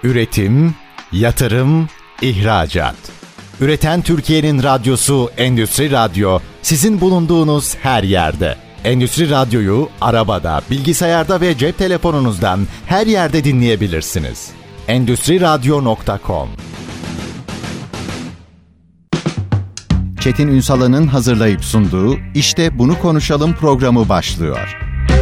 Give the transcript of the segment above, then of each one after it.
Üretim, yatırım, ihracat. Üreten Türkiye'nin radyosu Endüstri Radyo, sizin bulunduğunuz her yerde. Endüstri Radyo'yu arabada, bilgisayarda ve cep telefonunuzdan her yerde dinleyebilirsiniz. Endüstriradyo.com. Çetin Ünsal'ın hazırlayıp sunduğu İşte Bunu Konuşalım programı başlıyor.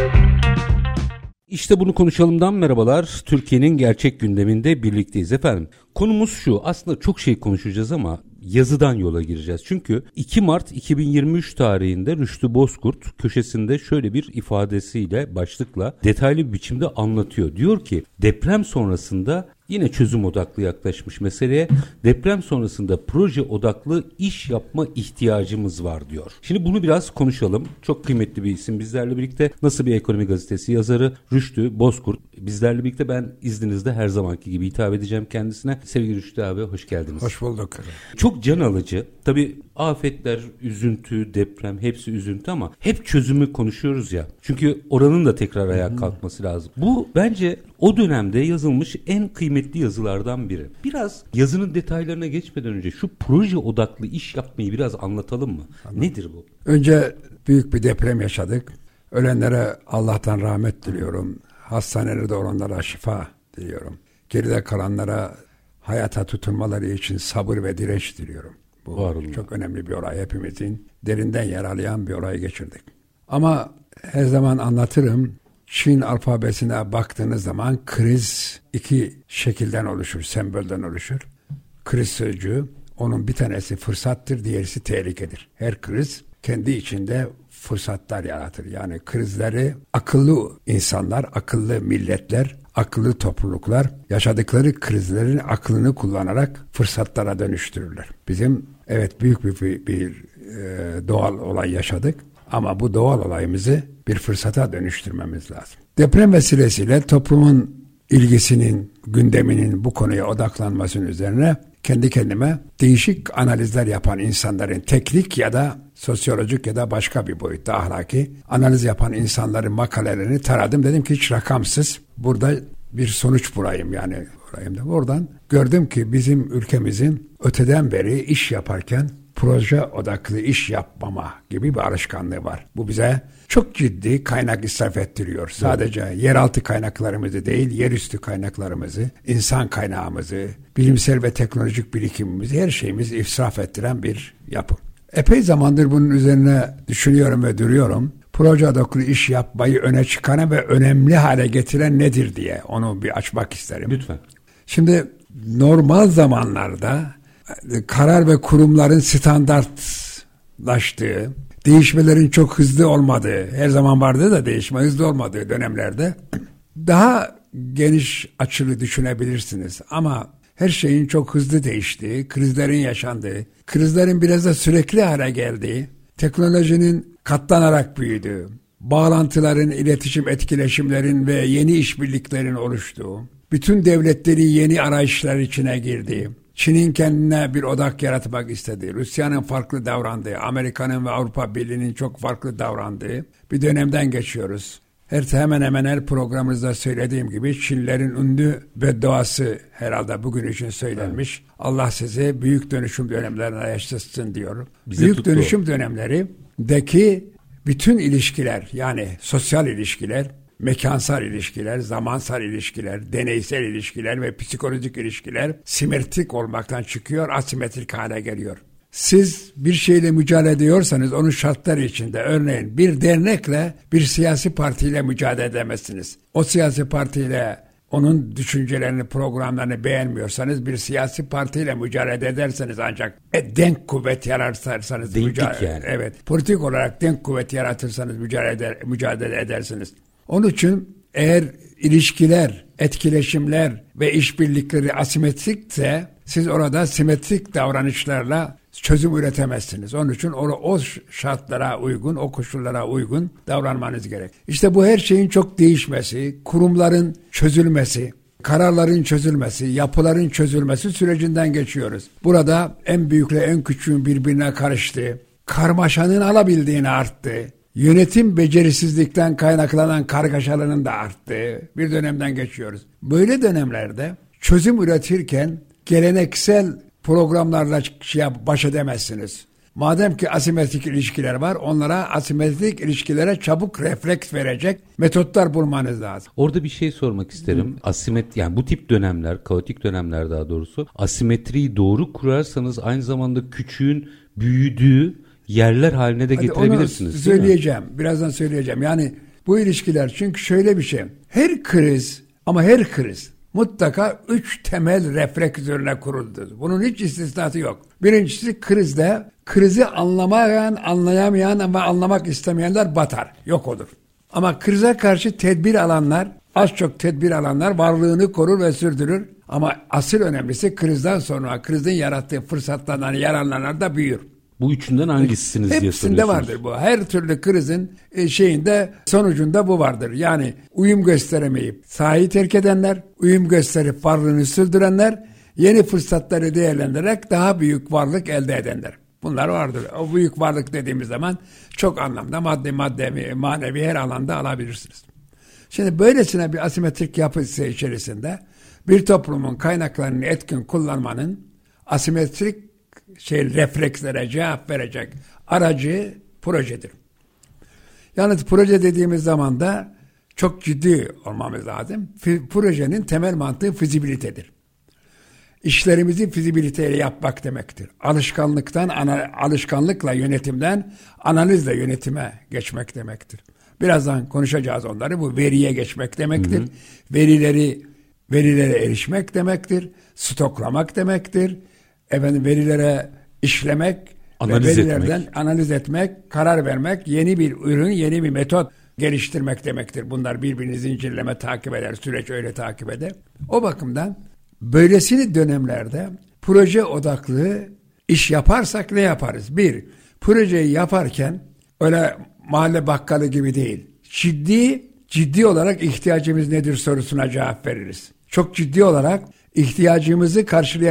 İşte Bunu Konuşalım'dan merhabalar. Türkiye'nin gerçek gündeminde birlikteyiz efendim. Konumuz şu, aslında çok şey konuşacağız ama yazıdan yola gireceğiz. Çünkü 2 Mart 2023 tarihinde Rüştü Bozkurt köşesinde şöyle bir ifadesiyle, başlıkla detaylı bir biçimde anlatıyor. Diyor ki deprem sonrasında yine çözüm odaklı yaklaşmış meseleye. Deprem sonrasında proje odaklı iş yapma ihtiyacımız var diyor. Şimdi bunu biraz konuşalım. Çok kıymetli bir isim bizlerle birlikte. Nasıl bir Ekonomi Gazetesi yazarı Rüştü Bozkurt bizlerle birlikte. Ben izninizle her zamanki gibi hitap edeceğim kendisine. Sevgili Rüştü abi, hoş geldiniz. Hoş bulduk. Çok can alıcı. Tabii afetler, üzüntü, deprem hepsi üzüntü ama hep çözümü konuşuyoruz ya. Çünkü oranın da tekrar ayağa kalkması lazım. Bu bence o dönemde yazılmış en kıymetli yazılardan biri. Biraz yazının detaylarına geçmeden önce şu proje odaklı iş yapmayı biraz anlatalım mı? Tamam. Nedir bu? Önce büyük bir deprem yaşadık. Ölenlere Allah'tan rahmet diliyorum. Hastanelerde olanlara şifa diliyorum. Geride kalanlara hayata tutunmaları için sabır ve direnç diliyorum. Bu çok önemli bir olay. Hepimizin derinden yaralayan bir olay geçirdik. Ama her zaman anlatırım. Çin alfabesine baktığınız zaman kriz 2 şekilden oluşur, sembolden oluşur. Kriz sözcüğü, onun bir tanesi fırsattır, diğerisi tehlikedir. Her kriz kendi içinde fırsatlar yaratır. Yani krizleri akıllı insanlar, akıllı milletler, akıllı topluluklar yaşadıkları krizlerin aklını kullanarak fırsatlara dönüştürürler. Bizim büyük bir doğal olay yaşadık ama bu doğal olayımızı bir fırsata dönüştürmemiz lazım. Deprem vesilesiyle toplumun ilgisinin, gündeminin bu konuya odaklanmasının üzerine kendi kendime değişik analizler yapan insanların teknik ya da sosyolojik ya da başka bir boyutta ahlaki analiz yapan insanların makalelerini taradım. Dedim ki hiç rakamsız burada bir sonuç bulayım yani. Oradan gördüm ki bizim ülkemizin öteden beri iş yaparken proje odaklı iş yapmama gibi bir alışkanlığı var. Bu bize çok ciddi kaynak israf ettiriyor. Sadece yeraltı kaynaklarımızı değil, yerüstü kaynaklarımızı, insan kaynağımızı, bilimsel ve teknolojik birikimimizi, her şeyimizi israf ettiren bir yapı. Epey zamandır bunun üzerine düşünüyorum ve duruyorum. Proje odaklı iş yapmayı öne çıkaran ve önemli hale getiren nedir diye onu bir açmak isterim. Lütfen. Şimdi normal zamanlarda karar ve kurumların standartlaştığı, değişmelerin çok hızlı olmadığı, her zaman vardı da değişme hızlı olmadığı dönemlerde daha geniş açılı düşünebilirsiniz. Ama her şeyin çok hızlı değiştiği, krizlerin yaşandığı, krizlerin biraz da sürekli hale geldiği, teknolojinin katlanarak büyüdüğü, bağlantıların, iletişim, etkileşimlerin ve yeni işbirliklerin oluştuğu, bütün devletlerin yeni arayışlar içine girdiği, Çin'in kendine bir odak yaratmak istediği, Rusya'nın farklı davrandığı, Amerika'nın ve Avrupa Birliği'nin çok farklı davrandığı bir dönemden geçiyoruz. Hemen hemen her programımızda söylediğim gibi Çinlilerin ünlü bedduası herhalde bugün için söylenmiş. Evet. Allah sizi büyük dönüşüm dönemlerine yaşatsın diyor. Büyük dönüşüm dönemlerindeki bütün ilişkiler, yani sosyal ilişkiler, mekansal ilişkiler, zamansal ilişkiler, deneysel ilişkiler ve psikolojik ilişkiler simetrik olmaktan çıkıyor, asimetrik hale geliyor. Siz bir şeyle mücadele ediyorsanız onun şartları içinde, örneğin bir dernekle bir siyasi partiyle mücadele edemezsiniz. O siyasi partiyle onun düşüncelerini, programlarını beğenmiyorsanız bir siyasi partiyle mücadele ederseniz ancak denk kuvvet yaratırsanız politik olarak denk kuvvet yaratırsanız mücadele edersiniz. Onun için eğer ilişkiler, etkileşimler ve işbirlikleri asimetrikse siz orada simetrik davranışlarla çözüm üretemezsiniz. Onun için o şartlara uygun, o koşullara uygun davranmanız gerek. İşte bu her şeyin çok değişmesi, kurumların çözülmesi, kararların çözülmesi, yapıların çözülmesi sürecinden geçiyoruz. Burada en büyükle en küçüğün birbirine karıştığı, karmaşanın alabildiğini arttı, yönetim becerisizlikten kaynaklanan kargaşaların da arttığı bir dönemden geçiyoruz. Böyle dönemlerde çözüm üretirken geleneksel programlarla baş edemezsiniz. Madem ki asimetrik ilişkiler var, onlara asimetrik ilişkilere çabuk refleks verecek metotlar bulmanız lazım. Orada bir şey sormak isterim. Yani bu tip dönemler, kaotik dönemler daha doğrusu, asimetriyi doğru kurarsanız aynı zamanda küçüğün büyüdüğü yerler haline de getirebilirsiniz. Onu söyleyeceğim. Birazdan söyleyeceğim. Yani bu ilişkiler, çünkü şöyle bir şey. Her kriz mutlaka 3 temel refleks üzerine kuruldu. Bunun hiç istisnası yok. Birincisi, krizde krizi anlayamayan ama anlamak istemeyenler batar, yok olur. Ama krize karşı az çok tedbir alanlar varlığını korur ve sürdürür. Ama asıl önemlisi krizden sonra krizin yarattığı fırsatlardan yararlananlar da büyür. Bu üçünden hangisisiniz diye soruyorsunuz. Hepsinde vardır bu. Her türlü krizin sonucunda bu vardır. Yani uyum gösteremeyip sahayı terk edenler, uyum gösterip varlığını sürdürenler, yeni fırsatları değerlendirerek daha büyük varlık elde edenler. Bunlar vardır. O büyük varlık dediğimiz zaman çok anlamda maddi, manevi her alanda alabilirsiniz. Şimdi böylesine bir asimetrik yapısı içerisinde bir toplumun kaynaklarını etkin kullanmanın asimetrik reflekslere cevap verecek aracı projedir. Yalnız proje dediğimiz zaman da çok ciddi olmamız lazım. Projenin temel mantığı fizibilitedir. İşlerimizi fizibiliteyle yapmak demektir. Alışkanlıkla yönetimden analizle yönetime geçmek demektir. Birazdan konuşacağız onları. Bu veriye geçmek demektir. Verilere erişmek demektir. Stoklamak demektir. Verilere işlemek, verilerden analiz etmek, karar vermek, yeni bir ürün, yeni bir metot geliştirmek demektir. Bunlar birbirini zincirleme takip eder, süreç öyle takip eder. O bakımdan böylesini dönemlerde proje odaklı iş yaparsak ne yaparız? Bir, projeyi yaparken öyle mahalle bakkalı gibi değil. Ciddi olarak ihtiyacımız nedir sorusuna cevap veririz. Çok ciddi olarak ihtiyacımızı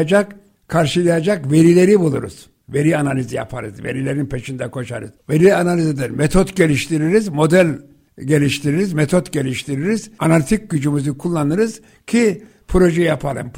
karşılayacak verileri buluruz. Veri analizi yaparız. Verilerin peşinde koşarız. Veri analiz eder. Metot geliştiririz. Model geliştiririz. Metot geliştiririz. Analitik gücümüzü kullanırız ki proje yapalım.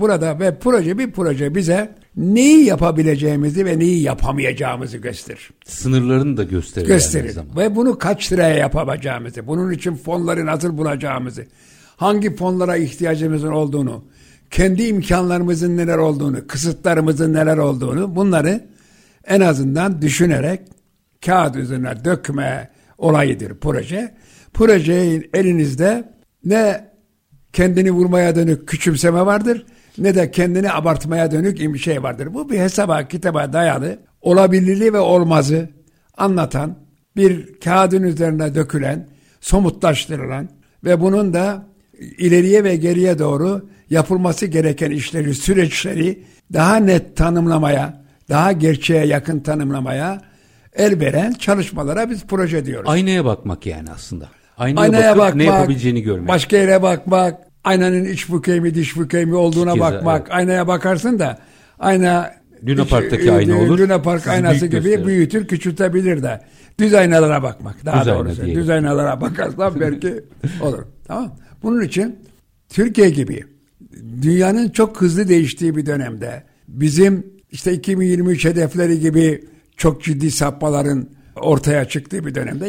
Bir proje bize neyi yapabileceğimizi ve neyi yapamayacağımızı gösterir. Sınırlarını da gösterir. Ve bunu kaç liraya yapabileceğimizi, bunun için fonları nasıl bulacağımızı, hangi fonlara ihtiyacımızın olduğunu, kendi imkanlarımızın neler olduğunu, kısıtlarımızın neler olduğunu, bunları en azından düşünerek kağıt üzerine dökme olayıdır proje. Projenin elinizde ne kendini vurmaya dönük küçümseme vardır, ne de kendini abartmaya dönük bir şey vardır. Bu bir kitaba dayalı, olabilirliği ve olmazı anlatan, bir kağıdın üzerine dökülen, somutlaştırılan ve bunun da ileriye ve geriye doğru yapılması gereken işleri, süreçleri daha net tanımlamaya, daha gerçeğe yakın tanımlamaya el veren çalışmalara biz proje diyoruz. Aynaya bakmak yani aslında. Aynaya bakıp ne yapabileceğini görmek. Başka yere bakmak, aynanın iç bükey mi dış bükey mi olduğuna bakmak. Evet. Aynaya bakarsın da ayna Luna Park'taki ayna olur. Luna Park aynası gibi büyütür, küçültebilir de. Düz aynalara bakmak. Düz aynalara bakarsan belki olur. Tamam. Bunun için Türkiye gibi dünyanın çok hızlı değiştiği bir dönemde bizim 2023 hedefleri gibi çok ciddi sapmaların ortaya çıktığı bir dönemde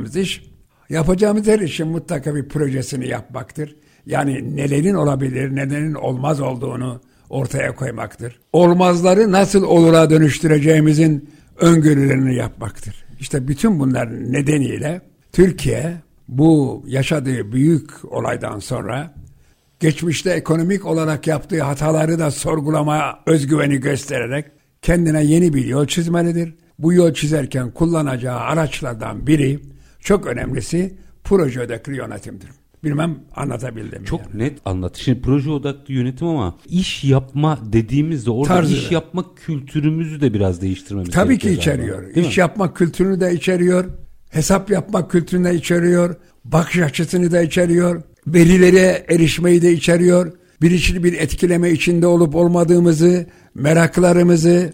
yapacağımız her işin mutlaka bir projesini yapmaktır. Yani nelerin olabilir, nelerin olmaz olduğunu ortaya koymaktır. Olmazları nasıl olura dönüştüreceğimizin öngörülerini yapmaktır. İşte bütün bunlar nedeniyle Türkiye bu yaşadığı büyük olaydan sonra geçmişte ekonomik olarak yaptığı hataları da sorgulama özgüveni göstererek kendine yeni bir yol çizmelidir. Bu yol çizerken kullanacağı araçlardan biri, çok önemlisi, proje odaklı yönetimdir. Bilmem anlatabildim mi? Çok net anlat. Şimdi proje odaklı yönetim ama iş yapma dediğimizde orada iş yapma kültürümüzü de biraz değiştirmemiz gerekiyor. Tabii ki içeriyor. İş yapma kültürünü de içeriyor. Hesap yapma kültürünü de içeriyor. Bakış açısını da içeriyor. Verilere erişmeyi de içeriyor. Bir etkileme içinde olup olmadığımızı, meraklarımızı,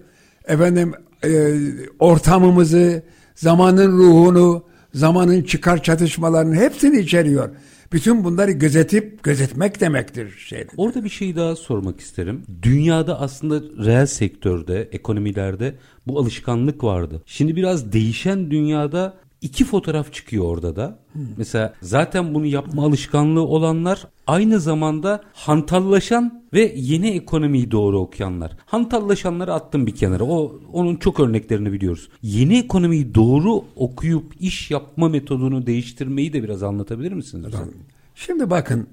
ortamımızı, zamanın ruhunu, zamanın çıkar çatışmalarını hepsini içeriyor. Bütün bunları gözetmek demektir. Orada bir şey daha sormak isterim. Dünyada aslında reel sektörde, ekonomilerde bu alışkanlık vardı. Şimdi biraz değişen dünyada 2 fotoğraf çıkıyor orada da. Mesela zaten bunu yapma alışkanlığı olanlar aynı zamanda hantallaşan ve yeni ekonomiyi doğru okuyanlar. Hantallaşanları attım bir kenara. Onun çok örneklerini biliyoruz. Yeni ekonomiyi doğru okuyup iş yapma metodunu değiştirmeyi de biraz anlatabilir misiniz? Şimdi bakın,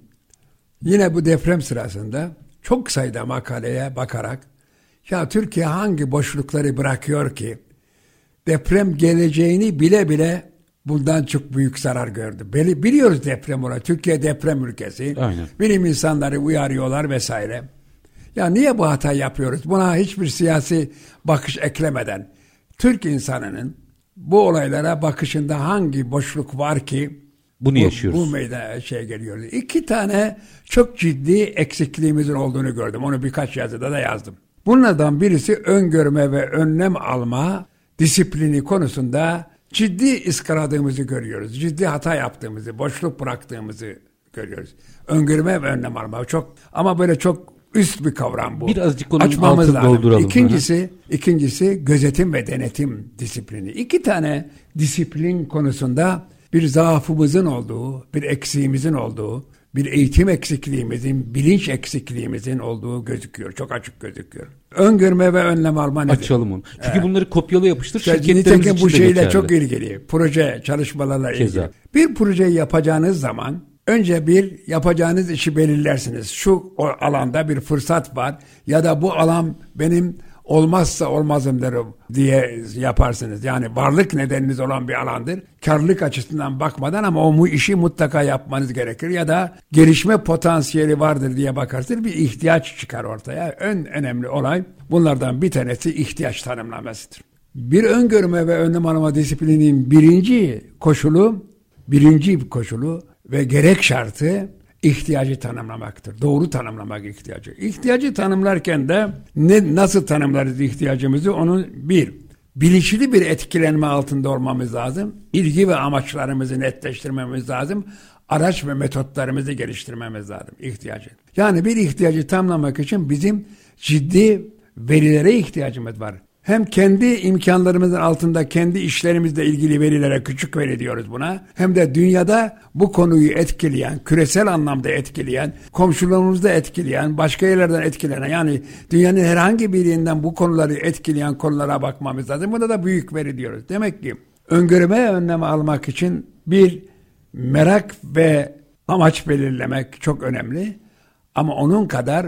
yine bu deprem sırasında çok sayıda makaleye bakarak ya Türkiye hangi boşlukları bırakıyor ki deprem geleceğini bile bile bundan çok büyük zarar gördü. Biliyoruz deprem olarak. Türkiye deprem ülkesi. Aynen. Bilim insanları uyarıyorlar vesaire. Ya niye bu hatayı yapıyoruz? Buna hiçbir siyasi bakış eklemeden Türk insanının bu olaylara bakışında hangi boşluk var ki bunu yaşıyoruz. Bu meydana geliyor. 2 tane çok ciddi eksikliğimizin olduğunu gördüm. Onu birkaç yazıda da yazdım. Bunlardan birisi öngörme ve önlem alma disiplini konusunda ciddi ıskaladığımızı görüyoruz. Ciddi hata yaptığımızı, boşluk bıraktığımızı görüyoruz. Öngörme ve önlem alma ama böyle çok üst bir kavram bu. Birazcık onun altını dolduralım. İkincisi gözetim ve denetim disiplini. 2 tane disiplin konusunda bir zaafımızın olduğu, bir eksiğimizin olduğu, bir eğitim eksikliğimizin, bilinç eksikliğimizin olduğu gözüküyor. Çok açık gözüküyor. Öngörme ve önlem alma nedir? Açalım onu. Çünkü bunları kopyala yapıştır şirketlerimiz için de bu şeyle geçerli. çok ilgili. Proje çalışmalarla ilgili. Bir projeyi yapacağınız zaman önce yapacağınız işi belirlersiniz. Şu alanda bir fırsat var ya da bu alan benim olmazsa olmazımdır diye yaparsınız. Yani varlık nedeniniz olan bir alandır. Karlılık açısından bakmadan ama o işi mutlaka yapmanız gerekir. Ya da gelişme potansiyeli vardır diye bakarsınız. Bir ihtiyaç çıkar ortaya. En önemli olay bunlardan bir tanesi ihtiyaç tanımlamasıdır. Bir öngörme ve önlem alma disiplininin birinci koşulu ve gerek şartı ihtiyacı tanımlamaktır. Doğru tanımlamak ihtiyacı. İhtiyacı tanımlarken de nasıl tanımlarız ihtiyacımızı? Onun bilinçli bir etkilenme altında olmamız lazım. İlgi ve amaçlarımızı netleştirmemiz lazım. Araç ve metotlarımızı geliştirmemiz lazım ihtiyacı. Yani bir ihtiyacı tamamlamak için bizim ciddi verilere ihtiyacımız var. Hem kendi imkanlarımızın altında kendi işlerimizle ilgili verilere küçük veri diyoruz buna. Hem de dünyada bu konuyu etkileyen, küresel anlamda etkileyen, komşularımızda etkileyen, başka yerlerden etkilenen, yani dünyanın herhangi bir yerinden bu konuları etkileyen konulara bakmamız lazım. Buna da büyük veri diyoruz. Demek ki öngörme önlemi almak için bir merak ve amaç belirlemek çok önemli. Ama onun kadar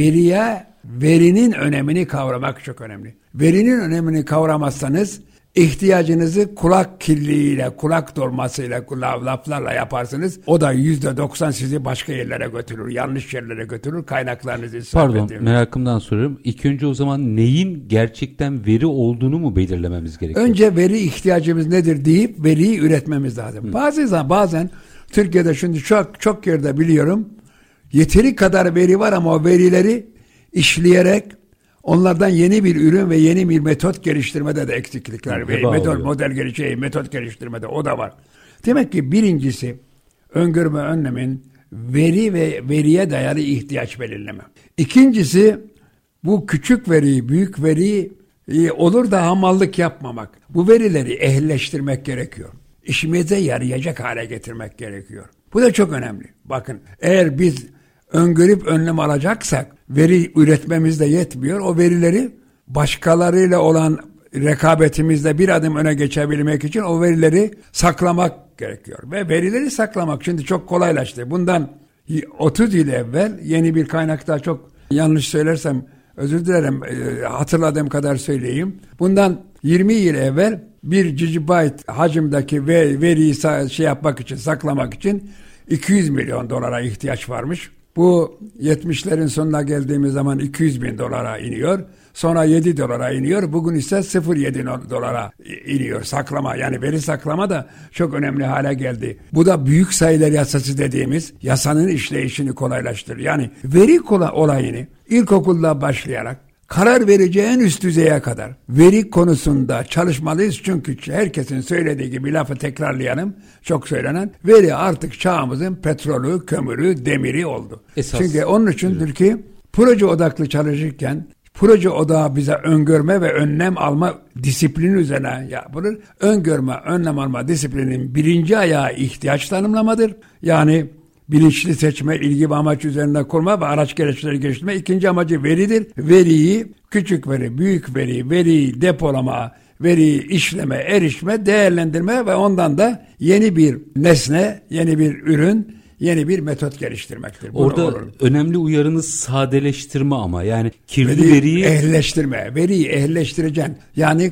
verinin önemini kavramak çok önemli. Verinin önemini kavramazsanız ihtiyacınızı kulak kirliliğiyle, kulak dolmasıyla, laflarla yaparsınız. O da %90 sizi başka yerlere götürür, yanlış yerlere götürür, kaynaklarınızı israf edilir. Pardon, merakımdan soruyorum. İlk önce o zaman neyin gerçekten veri olduğunu mu belirlememiz gerekiyor? Önce veri ihtiyacımız nedir deyip veriyi üretmemiz lazım. Bazen Türkiye'de şimdi çok yerde biliyorum, yeteri kadar veri var ama o verileri işleyerek onlardan yeni bir ürün ve yeni bir metot geliştirmede de eksiklikler. Model geliştirmede, metot geliştirmede o da var. Demek ki birincisi öngörme önlemin veri ve veriye dayalı ihtiyaç belirleme. İkincisi bu küçük veriyi, büyük veriyi olur da hamallık yapmamak. Bu verileri ehlileştirmek gerekiyor. İşimize yarayacak hale getirmek gerekiyor. Bu da çok önemli. Bakın, eğer biz öngörüp önlem alacaksak veri üretmemiz de yetmiyor. O verileri başkalarıyla olan rekabetimizde bir adım öne geçebilmek için o verileri saklamak gerekiyor. Ve verileri saklamak şimdi çok kolaylaştı. Bundan 30 yıl evvel yeni bir kaynakta, çok yanlış söylersem özür dilerim, hatırladığım kadar söyleyeyim. Bundan 20 yıl evvel bir gigabyte hacimdeki veriyi yapmak için, saklamak için $200 milyon ihtiyaç varmış. Bu 70'lerin sonuna geldiğimiz zaman $200.000 iniyor. Sonra $7 iniyor. Bugün ise $0.7 iniyor. Saklama, yani veri saklama da çok önemli hale geldi. Bu da büyük sayılar yasası dediğimiz yasanın işleyişini kolaylaştırır. Yani veri olayını ilkokulda başlayarak karar vereceğin üst düzeye kadar veri konusunda çalışmalıyız. Çünkü herkesin söylediği gibi, lafı tekrarlayalım, çok söylenen, veri artık çağımızın petrolü, kömürü, demiri oldu. Çünkü onun içindir ki proje odaklı çalışırken proje odağı bize öngörme ve önlem alma disiplini üzerine yapılır. Öngörme, önlem alma disiplinin birinci ayağı ihtiyaç tanımlamadır. Yani bilinçli seçme, ilgi ve amaç üzerinde kurma ve araç gereçleri geliştirme. İkinci amacı veridir. Veriyi, küçük veri, büyük veri, veriyi depolama, veriyi işleme, erişme, değerlendirme ve ondan da yeni bir nesne, yeni bir ürün, yeni bir metot geliştirmektir. Orada önemli uyarınız sadeleştirme ama yani kirli veriyi ehlileştirme. Veriyi ehlileştireceksin. Yani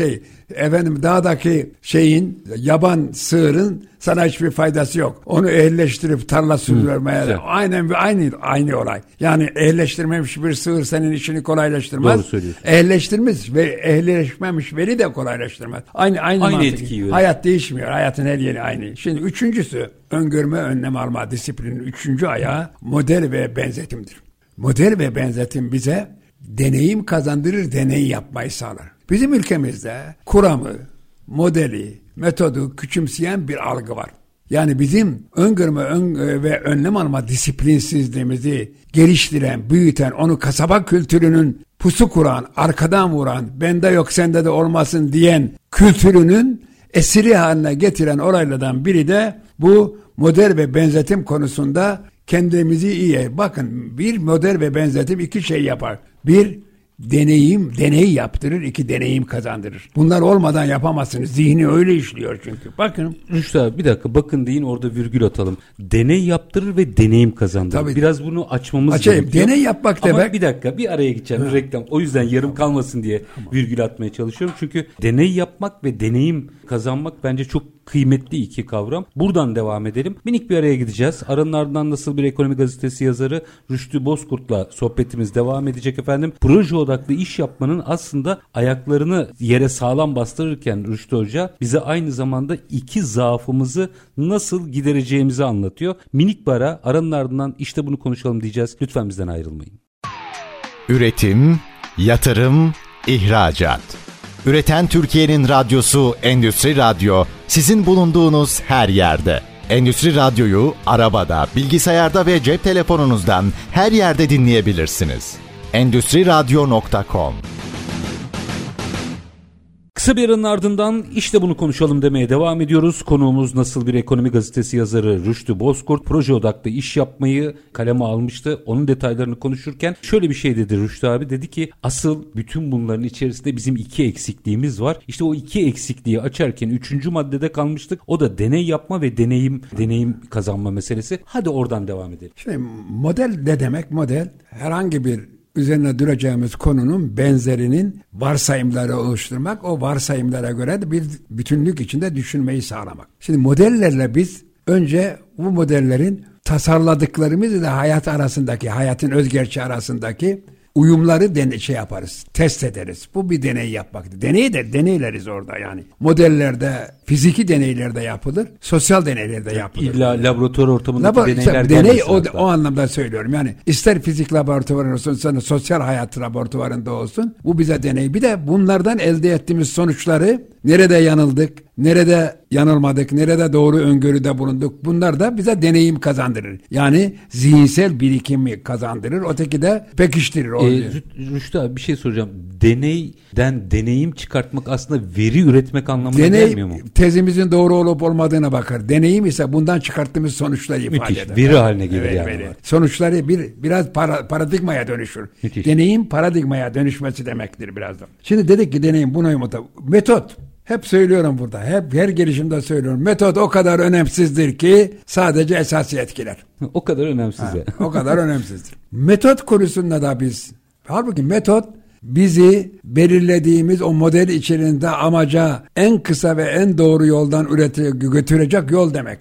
dağdaki yaban sığırın sana hiçbir faydası yok. Onu ehlileştirip tarla sürdürmeye de aynı olay. Yani ehlileştirmemiş bir sığır senin işini kolaylaştırmaz. Doğru söylüyorsun. Ehlileştirmiş ve ehlileşmemiş veri de kolaylaştırmaz. Aynı etkiyi verir. Hayat değişmiyor. Hayatın her yeri aynı. Şimdi üçüncüsü, öngörme, önlem alma disiplinin üçüncü ayağı model ve benzetimdir. Model ve benzetim bize deneyim kazandırır, deney yapmayı sağlar. Bizim ülkemizde kuramı, modeli, metodu küçümseyen bir algı var. Yani bizim öngörme ve önlem alma disiplinsizliğimizi geliştiren, büyüten, onu kasaba kültürünün pusu kuran, arkadan vuran, bende yok sende de olmasın diyen kültürünün esiri haline getiren olaylardan biri de bu model ve benzetim konusunda kendimizi iyi. Bakın, bir model ve benzetim iki şey yapar. Bir, deney yaptırır, iki, deneyim kazandırır. Bunlar olmadan yapamazsınız. Zihni öyle işliyor çünkü. Bakın. Rüştü abi bir dakika, bakın deyin, orada virgül atalım. Deney yaptırır ve deneyim kazandırır. Tabii. Biraz bunu açmamız gerekiyor. Deney yapmak demek. Ama bir dakika, bir araya gideceğim, reklam. O yüzden yarım kalmasın diye virgül atmaya çalışıyorum. Çünkü deney yapmak ve deneyim kazanmak bence çok kıymetli iki kavram. Buradan devam edelim. Minik bir araya gideceğiz. Aranın ardından Nasıl Bir Ekonomi Gazetesi yazarı Rüştü Bozkurt'la sohbetimiz devam edecek efendim. Proje odaklı iş yapmanın aslında ayaklarını yere sağlam bastırırken Rüştü Hoca bize aynı zamanda iki zaafımızı nasıl gidereceğimizi anlatıyor. Minik bir ara, aranın ardından işte bunu konuşalım diyeceğiz. Lütfen bizden ayrılmayın. Üretim, yatırım, ihracat. Üreten Türkiye'nin radyosu Endüstri Radyo, sizin bulunduğunuz her yerde. Endüstri Radyo'yu arabada, bilgisayarda ve cep telefonunuzdan her yerde dinleyebilirsiniz. Endüstriradyo.com. Kısa bir aranın ardından işte bunu konuşalım demeye devam ediyoruz. Konuğumuz Nasıl Bir Ekonomi Gazetesi yazarı Rüştü Bozkurt. Proje odaklı iş yapmayı kaleme almıştı. Onun detaylarını konuşurken şöyle bir şey dedi Rüştü abi. Dedi ki asıl bütün bunların içerisinde bizim iki eksikliğimiz var. İşte o iki eksikliği açarken üçüncü maddede kalmıştık. O da deney yapma ve deneyim kazanma meselesi. Hadi oradan devam edelim. Model ne demek? Model herhangi bir üzerine duracağımız konunun benzerinin varsayımları oluşturmak, o varsayımlara göre de bir bütünlük içinde düşünmeyi sağlamak. Şimdi modellerle biz önce bu modellerin tasarladıklarımız ile hayatın özgerçeği arasındaki uyumları yaparız, test ederiz. Bu bir deney yapmaktır. Deneyleriz orada yani. Modellerde, fiziki deneylerde yapılır, sosyal deneylerde yapılır. İlla laboratuvar ortamındaki deney o anlamda söylüyorum. Yani ister fizik laboratuvarı olsun, sosyal hayat laboratuvarında olsun. Bu bize deney. Bir de bunlardan elde ettiğimiz sonuçları, nerede yanıldık, nerede yanılmadık, nerede doğru öngörüde bulunduk, bunlar da bize deneyim kazandırır. Yani zihinsel birikimi kazandırır. Öteki de pekiştirir. Rüştü abi bir şey soracağım. Deneyden deneyim çıkartmak aslında veri üretmek anlamına gelmiyor mu? Tezimizin doğru olup olmadığına bakar. Deneyim ise bundan çıkarttığımız sonuçları ifade eder. Veri haline gelir Veri. Sonuçları biraz paradigmaya dönüşür. Müthiş. Deneyim paradigmaya dönüşmesi demektir birazdan. Şimdi dedik ki deneyim buna metot. Hep söylüyorum burada. Her girişimde söylüyorum. Metot o kadar önemsizdir ki sadece esası etkiler. O kadar önemsiz. O kadar önemsizdir. Metot konusunda da halbuki metot bizi belirlediğimiz o model içerisinde amaca en kısa ve en doğru yoldan götürecek yol demektir.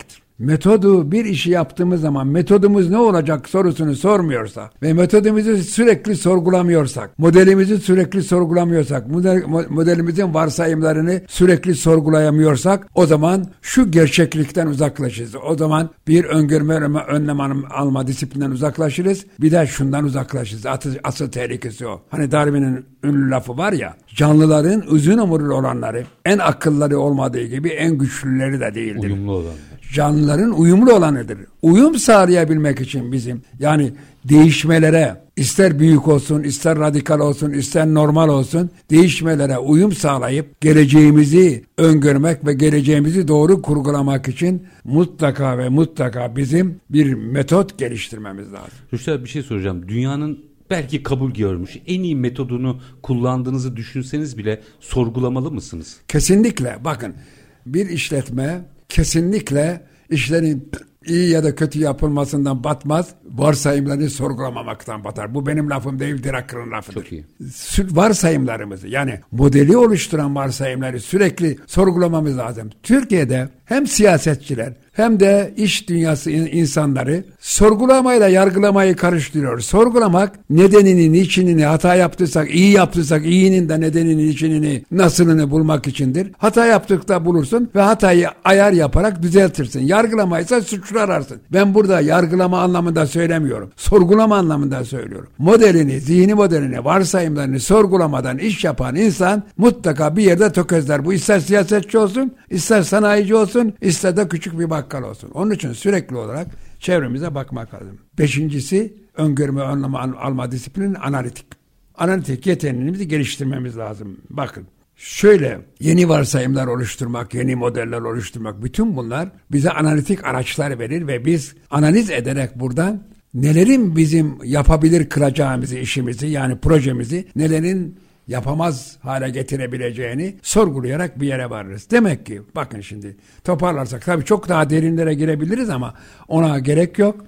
metodu bir işi yaptığımız zaman metodumuz ne olacak sorusunu sormuyorsak ve metodumuzu sürekli sorgulamıyorsak, modelimizi sürekli sorgulamıyorsak, modelimizin varsayımlarını sürekli sorgulayamıyorsak o zaman şu gerçeklikten uzaklaşırız. O zaman bir öngörme önlem alma disiplinden uzaklaşırız. Bir de şundan uzaklaşırız. Asıl tehlikesi o. Hani Darwin'in ünlü lafı var ya, canlıların uzun ömürlü olanları en akılları olmadığı gibi en güçlüleri de değildir. Uyumlu olanlar. Canlıların uyumlu olanıdır. Uyum sağlayabilmek için bizim yani değişmelere, ister büyük olsun, ister radikal olsun, ister normal olsun, değişmelere uyum sağlayıp geleceğimizi öngörmek ve geleceğimizi doğru kurgulamak için mutlaka ve mutlaka bizim bir metot geliştirmemiz lazım. Rüştü bir şey soracağım. Dünyanın belki kabul görmüş en iyi metodunu kullandığınızı düşünseniz bile sorgulamalı mısınız? Kesinlikle. Bakın, bir işletme kesinlikle işlerin iyi ya da kötü yapılmasından batmaz, varsayımlarını sorgulamamaktan batar. Bu benim lafım değil, Drucker'ın lafıdır. Çok iyi. Varsayımlarımızı, yani modeli oluşturan varsayımları sürekli sorgulamamız lazım. Türkiye'de hem siyasetçiler hem de iş dünyası insanları sorgulamayla yargılamayı karıştırıyor. Sorgulamak nedenini, niçinini, hata yaptıysak, iyi yaptıysak iyinin de nedenini, niçinini, nasılını bulmak içindir. Hata yaptıkta bulursun ve hatayı ayar yaparak düzeltirsin. Yargılamaysa suçlu ararsın. Ben burada yargılama anlamında söylemiyorum. Sorgulama anlamında söylüyorum. Modelini, zihni modelini, varsayımlarını sorgulamadan iş yapan insan mutlaka bir yerde tökezler. Bu ister siyasetçi olsun, ister sanayici olsun, ister de küçük bir bakkal olsun. Onun için sürekli olarak çevremize bakmak lazım. 5.'si öngörme önlem alma disiplinin analitik. Analitik yeteneğimizi geliştirmemiz lazım. Bakın, şöyle yeni varsayımlar oluşturmak, yeni modeller oluşturmak, bütün bunlar bize analitik araçlar verir ve biz analiz ederek buradan nelerin bizim yapabilir kılacağımızı, işimizi yani projemizi, nelerin yapamaz hale getirebileceğini sorgulayarak bir yere varırız. Demek ki bakın şimdi toparlarsak tabii çok daha derinlere girebiliriz ama ona gerek yok.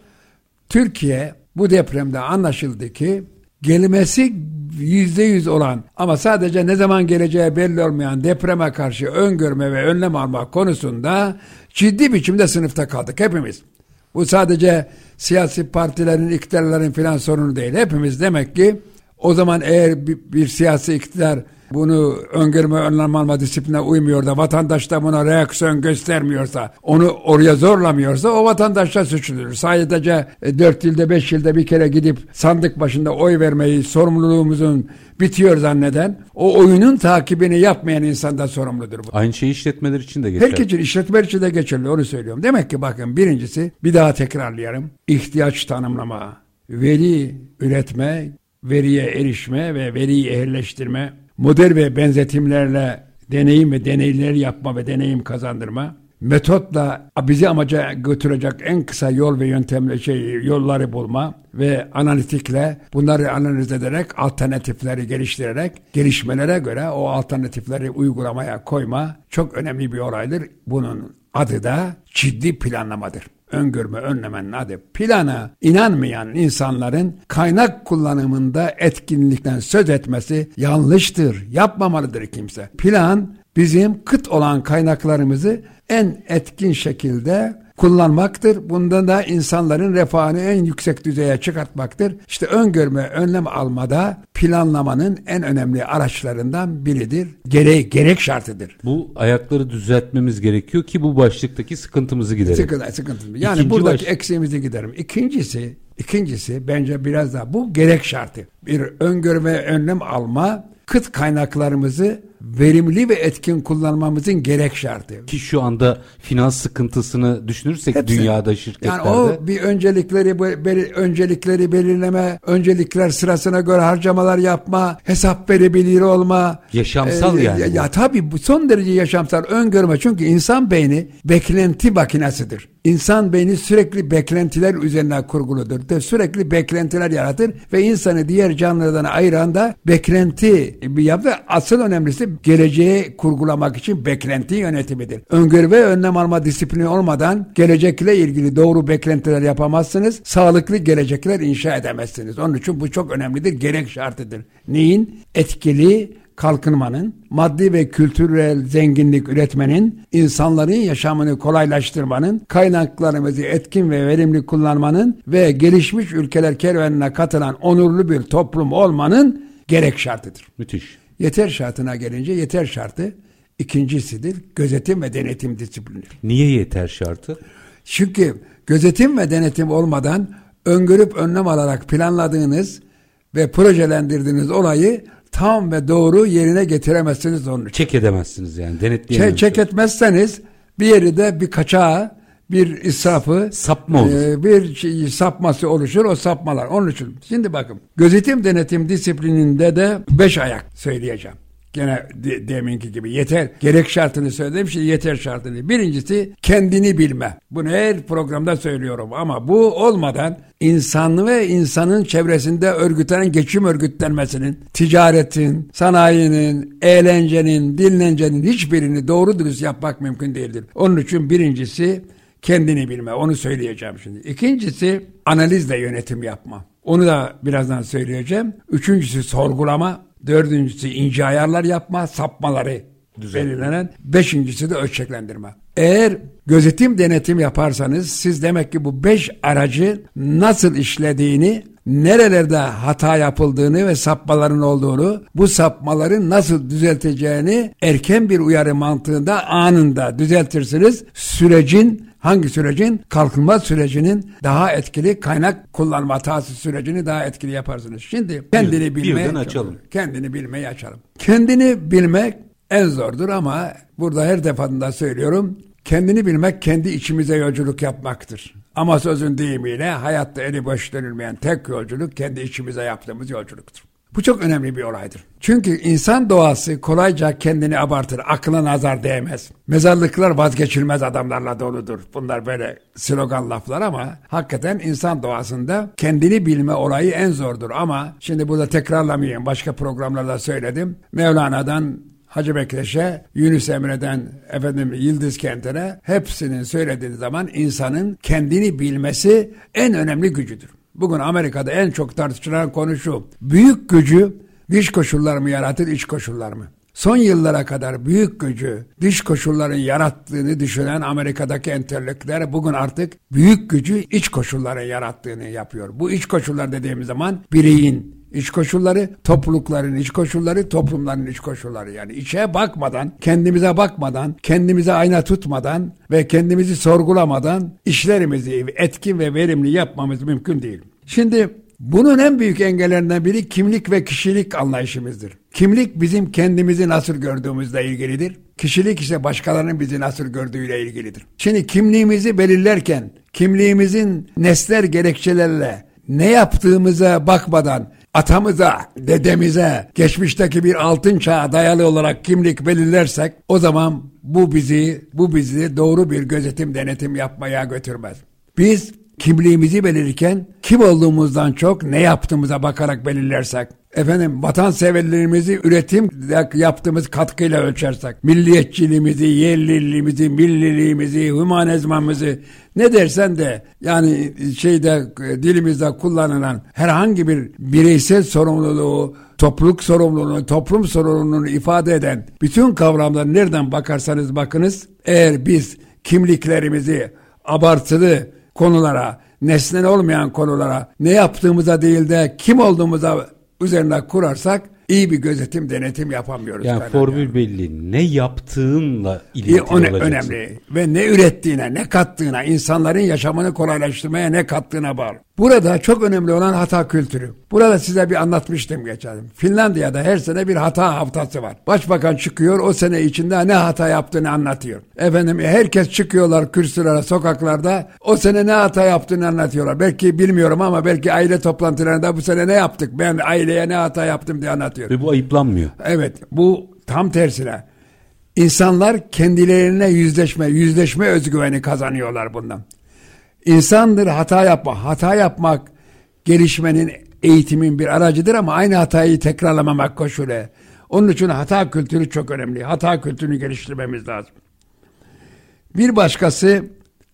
Türkiye bu depremde anlaşıldı ki gelmesi %100 olan ama sadece ne zaman geleceği belli olmayan depreme karşı öngörme ve önlem alma konusunda ciddi biçimde sınıfta kaldık hepimiz. Bu sadece siyasi partilerin, iktidarların filan sorunu değil. Hepimiz demek ki o zaman eğer bir siyasi iktidar bunu öngörme önlem alma disipline uymuyor da vatandaş da buna reaksiyon göstermiyorsa, onu oraya zorlamıyorsa o vatandaşla suçludur. Sadece 4 yılda 5 yılda bir kere gidip sandık başında oy vermeyi sorumluluğumuzun bitiyor zanneden, o oyunun takibini yapmayan insan da sorumludur. Aynı şey işletmeler için de geçerli. Herkes için, işletmeler için de geçerli, onu söylüyorum. Demek ki bakın, birincisi bir daha tekrarlayalım. İhtiyaç tanımlama, veri üretme, veriye erişme ve veriyi ehlileştirme, model ve benzetimlerle deneyim ve deneyler yapma ve deneyim kazandırma, metotla bizi amaca götürecek en kısa yol ve yolları bulma ve analitikle bunları analiz ederek alternatifleri geliştirerek gelişmelere göre o alternatifleri uygulamaya koyma çok önemli bir olaydır. Bunun adı da ciddi planlamadır. Öngörme önlemenin adı. Plana inanmayan insanların kaynak kullanımında etkinlikten söz etmesi yanlıştır. Yapmamalıdır kimse. Plan bizim kıt olan kaynaklarımızı en etkin şekilde kullanmaktır. Bunda da insanların refahını en yüksek düzeye çıkartmaktır. İşte öngörme, önlem almada planlamanın en önemli araçlarından biridir. Gerek şartıdır. Bu ayakları düzeltmemiz gerekiyor ki bu başlıktaki sıkıntımızı giderelim. Sıkıntımız. Yani buradaki eksiğimizi giderim. İkincisi bence biraz daha bu gerek şartı. Bir öngörme, önlem alma, kıt kaynaklarımızı verimli ve etkin kullanmamızın gerek şartı. Ki şu anda finans sıkıntısını düşünürsek hepsi, dünyada şirketlerde. Yani o bir öncelikleri belirleme, öncelikler sırasına göre harcamalar yapma, hesap verebilir olma. Yaşamsal yani. Ya tabii bu son derece yaşamsal öngörme. Çünkü insan beyni beklenti makinesidir. İnsan beyni sürekli beklentiler üzerine kurguludur. Sürekli beklentiler yaratır ve insanı diğer canlılardan ayıran da beklenti yapı. Asıl önemlisi geleceği kurgulamak için beklenti yönetimidir. Öngörü ve önlem alma disiplini olmadan gelecekle ilgili doğru beklentiler yapamazsınız. Sağlıklı gelecekler inşa edemezsiniz. Onun için bu çok önemlidir. Gerek şartıdır. Neyin? Etkili kalkınmanın, maddi ve kültürel zenginlik üretmenin, insanların yaşamını kolaylaştırmanın, kaynaklarımızı etkin ve verimli kullanmanın ve gelişmiş ülkeler kervanına katılan onurlu bir toplum olmanın gerek şartıdır. Müthiş. Yeter şartına gelince yeter şartı ikincisidir. Gözetim ve denetim disiplinidir. Niye yeter şartı? Çünkü gözetim ve denetim olmadan öngörüp önlem alarak planladığınız ve projelendirdiğiniz olayı tam ve doğru yerine getiremezsiniz onun için. Çek edemezsiniz yani, denetleyemezsiniz. Çek etmezseniz bir yeri de bir kaçağı, bir israfı, sapma olur. Bir sapması oluşur, o sapmalar. Onun için şimdi bakın, gözetim denetim disiplininde de 5 ayak söyleyeceğim. Gene deminki gibi yeter. Gerek şartını söyledim, şimdi yeter şartını. Birincisi kendini bilme. Bunu her programda söylüyorum ama bu olmadan insan ve insanın çevresinde örgütlenen geçim örgütlenmesinin, ticaretin, sanayinin, eğlencenin, dinlencenin hiçbirini doğru dürüst yapmak mümkün değildir. Onun için birincisi kendini bilme. Onu söyleyeceğim şimdi. İkincisi analizle yönetim yapma. Onu da birazdan söyleyeceğim. Üçüncüsü sorgulama. Dördüncüsü ince ayarlar yapma, sapmaları belirlenen. Beşincisi de ölçeklendirme. Eğer gözetim denetim yaparsanız siz demek ki bu 5 aracı nasıl işlediğini, nerelerde hata yapıldığını ve sapmaların olduğunu, bu sapmaların nasıl düzelteceğini erken bir uyarı mantığında anında düzeltirsiniz. Hangi sürecin? Kalkınma sürecinin daha etkili, kaynak kullanma tahsis sürecini daha etkili yaparsınız. Şimdi kendini bilmeyi açalım. Kendini bilmeyi açalım. Kendini bilmek en zordur ama burada her defasında söylüyorum. Kendini bilmek kendi içimize yolculuk yapmaktır. Ama sözün deyimiyle hayatta eli boş dönülmeyen tek yolculuk kendi içimize yaptığımız yolculuktur. Bu çok önemli bir olaydır. Çünkü insan doğası kolayca kendini abartır, aklına nazar değmez. Mezarlıklar vazgeçilmez adamlarla doludur. Bunlar böyle slogan laflar ama hakikaten insan doğasında kendini bilme olayı en zordur. Ama şimdi burada tekrarlamayayım, başka programlarda söyledim. Mevlana'dan Hacı Bektaş'a, Yunus Emre'den Yıldız Kenter'e hepsinin söylediği zaman insanın kendini bilmesi en önemli gücüdür. Bugün Amerika'da en çok tartışılan konu şu. Büyük gücü dış koşullar mı yaratır, iç koşullar mı? Son yıllara kadar büyük gücü dış koşulların yarattığını düşünen Amerika'daki entelektüeller bugün artık büyük gücü iç koşulların yarattığını yapıyor. Bu iç koşullar dediğimiz zaman bireyin iç koşulları, toplulukların iç koşulları, toplumların iç koşulları. Yani içe bakmadan, kendimize bakmadan, kendimize ayna tutmadan ve kendimizi sorgulamadan işlerimizi etkin ve verimli yapmamız mümkün değil. Şimdi bunun en büyük engellerinden biri kimlik ve kişilik anlayışımızdır. Kimlik bizim kendimizi nasıl gördüğümüzle ilgilidir. Kişilik ise başkalarının bizi nasıl gördüğüyle ilgilidir. Şimdi kimliğimizi belirlerken, kimliğimizin nesnel gerekçelerle ne yaptığımıza bakmadan, atamıza, dedemize, geçmişteki bir altın çağa dayalı olarak kimlik belirlersek o zaman bu bizi doğru bir gözetim denetim yapmaya götürmez. Biz kimliğimizi belirlerken kim olduğumuzdan çok ne yaptığımıza bakarak belirlersek, vatanseverliğimizi üretim yaptığımız katkıyla ölçersek, milliyetçiliğimizi, yerliliğimizi, milliliğimizi, hümanizmamızı ne dersen de yani dilimizde kullanılan herhangi bir bireysel sorumluluğu, topluluk sorumluluğunu, toplum sorumluluğunu ifade eden bütün kavramları nereden bakarsanız bakınız, eğer biz kimliklerimizi abartılı konulara, nesnel olmayan konulara, ne yaptığımıza değil de kim olduğumuza üzerine kurarsak iyi bir gözetim denetim yapamıyoruz. Yani formül belli. Ne yaptığınla ilgili olacaksın. Önemli. Ve ne ürettiğine, ne kattığına, insanların yaşamını kolaylaştırmaya ne kattığına bağlı. Burada çok önemli olan hata kültürü. Burada size bir anlatmıştım geçen. Finlandiya'da her sene bir hata haftası var. Başbakan çıkıyor, o sene içinde ne hata yaptığını anlatıyor. Herkes çıkıyorlar kürsülere, sokaklarda, o sene ne hata yaptığını anlatıyorlar. Belki bilmiyorum ama belki aile toplantılarında bu sene ne yaptık, ben aileye ne hata yaptım diye anlatıyor. Ve bu ayıplanmıyor. Evet, bu tam tersine. İnsanlar kendilerine yüzleşme özgüveni kazanıyorlar bundan. İnsandır hata yapma. Hata yapmak gelişmenin, eğitimin bir aracıdır ama aynı hatayı tekrarlamamak koşulu. Onun için hata kültürü çok önemli. Hata kültürünü geliştirmemiz lazım. Bir başkası,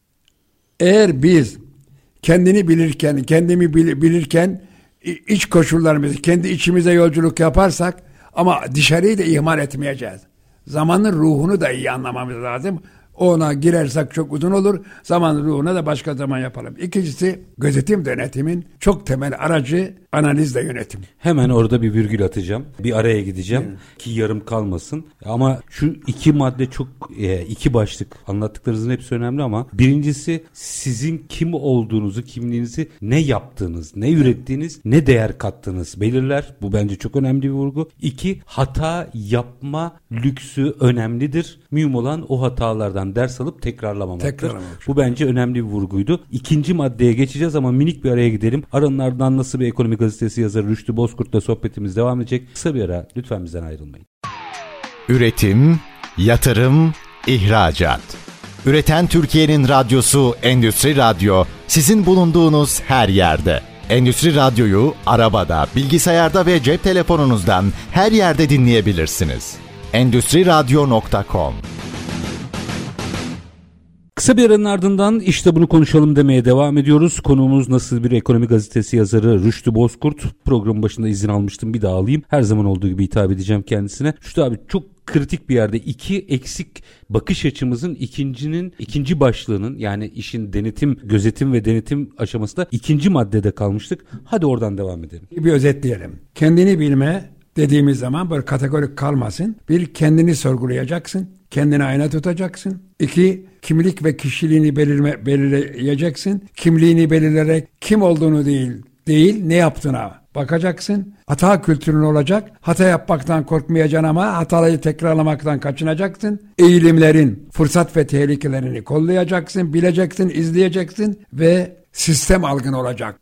eğer biz kendimi bilirken iç koşullarımızı, kendi içimize yolculuk yaparsak Ama dışarıyı da ihmal etmeyeceğiz. Zamanın ruhunu da iyi anlamamız lazım. Ona girersek çok uzun olur. Zaman ruhuna da başka zaman yapalım. İkincisi, gözetim denetimin çok temel aracı analizle yönetim. Hemen orada bir virgül atacağım. Bir araya gideceğim ki yarım kalmasın. Ama şu iki madde çok iki başlık. Anlattıklarınızın hepsi önemli ama birincisi sizin kim olduğunuzu, kimliğinizi ne yaptığınız, ne ürettiğiniz, ne değer kattığınız belirler. Bu bence çok önemli bir vurgu. İki, hata yapma lüksü önemlidir. Mühim olan o hatalardan ders alıp tekrarlamamaktır. Bu bence önemli bir vurguydu. İkinci maddeye geçeceğiz ama minik bir araya gidelim. Aranın ardından Nasıl Bir Ekonomi Gazetesi yazarı Rüştü Bozkurt'la sohbetimiz devam edecek. Kısa bir ara, lütfen bizden ayrılmayın. Üretim, yatırım, ihracat. Üreten Türkiye'nin radyosu Endüstri Radyo sizin bulunduğunuz her yerde. Endüstri Radyo'yu arabada, bilgisayarda ve cep telefonunuzdan her yerde dinleyebilirsiniz. Endüstriradyo.com. Kısa bir aranın ardından işte bunu konuşalım demeye devam ediyoruz. Konuğumuz Nasıl Bir Ekonomi Gazetesi yazarı Rüştü Bozkurt. Programın başında izin almıştım, bir daha alayım. Her zaman olduğu gibi hitap edeceğim kendisine. Rüştü abi, çok kritik bir yerde iki eksik bakış açımızın ikinci başlığının, yani işin gözetim ve denetim aşamasında ikinci maddede kalmıştık. Hadi oradan devam edelim. Bir özetleyelim. Kendini bilme dediğimiz zaman böyle kategorik kalmasın. Bir, kendini sorgulayacaksın. Kendine ayna tutacaksın. İki, kimlik ve kişiliğini belirleyeceksin. Kimliğini belirleyerek kim olduğunu değil ne yaptığına bakacaksın. Hata kültürün olacak. Hata yapmaktan korkmayacaksın ama hataları tekrarlamaktan kaçınacaksın. Eğilimlerin, fırsat ve tehlikelerini kollayacaksın, bileceksin, izleyeceksin ve sistem algın olacak.